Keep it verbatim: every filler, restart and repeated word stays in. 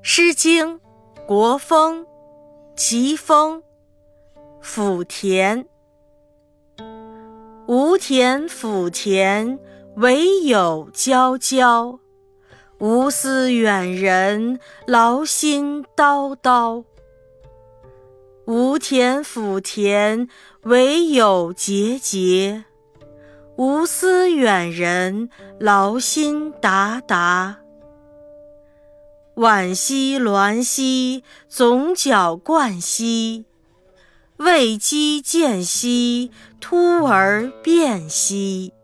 诗经·国风·齐风·抚田。无田抚田，惟有皎皎。无思远人，劳心叨叨。无田抚田，惟有节节。无思远人，劳心达达。惋兮鸾兮，总角冠兮。未几见兮，突而变兮。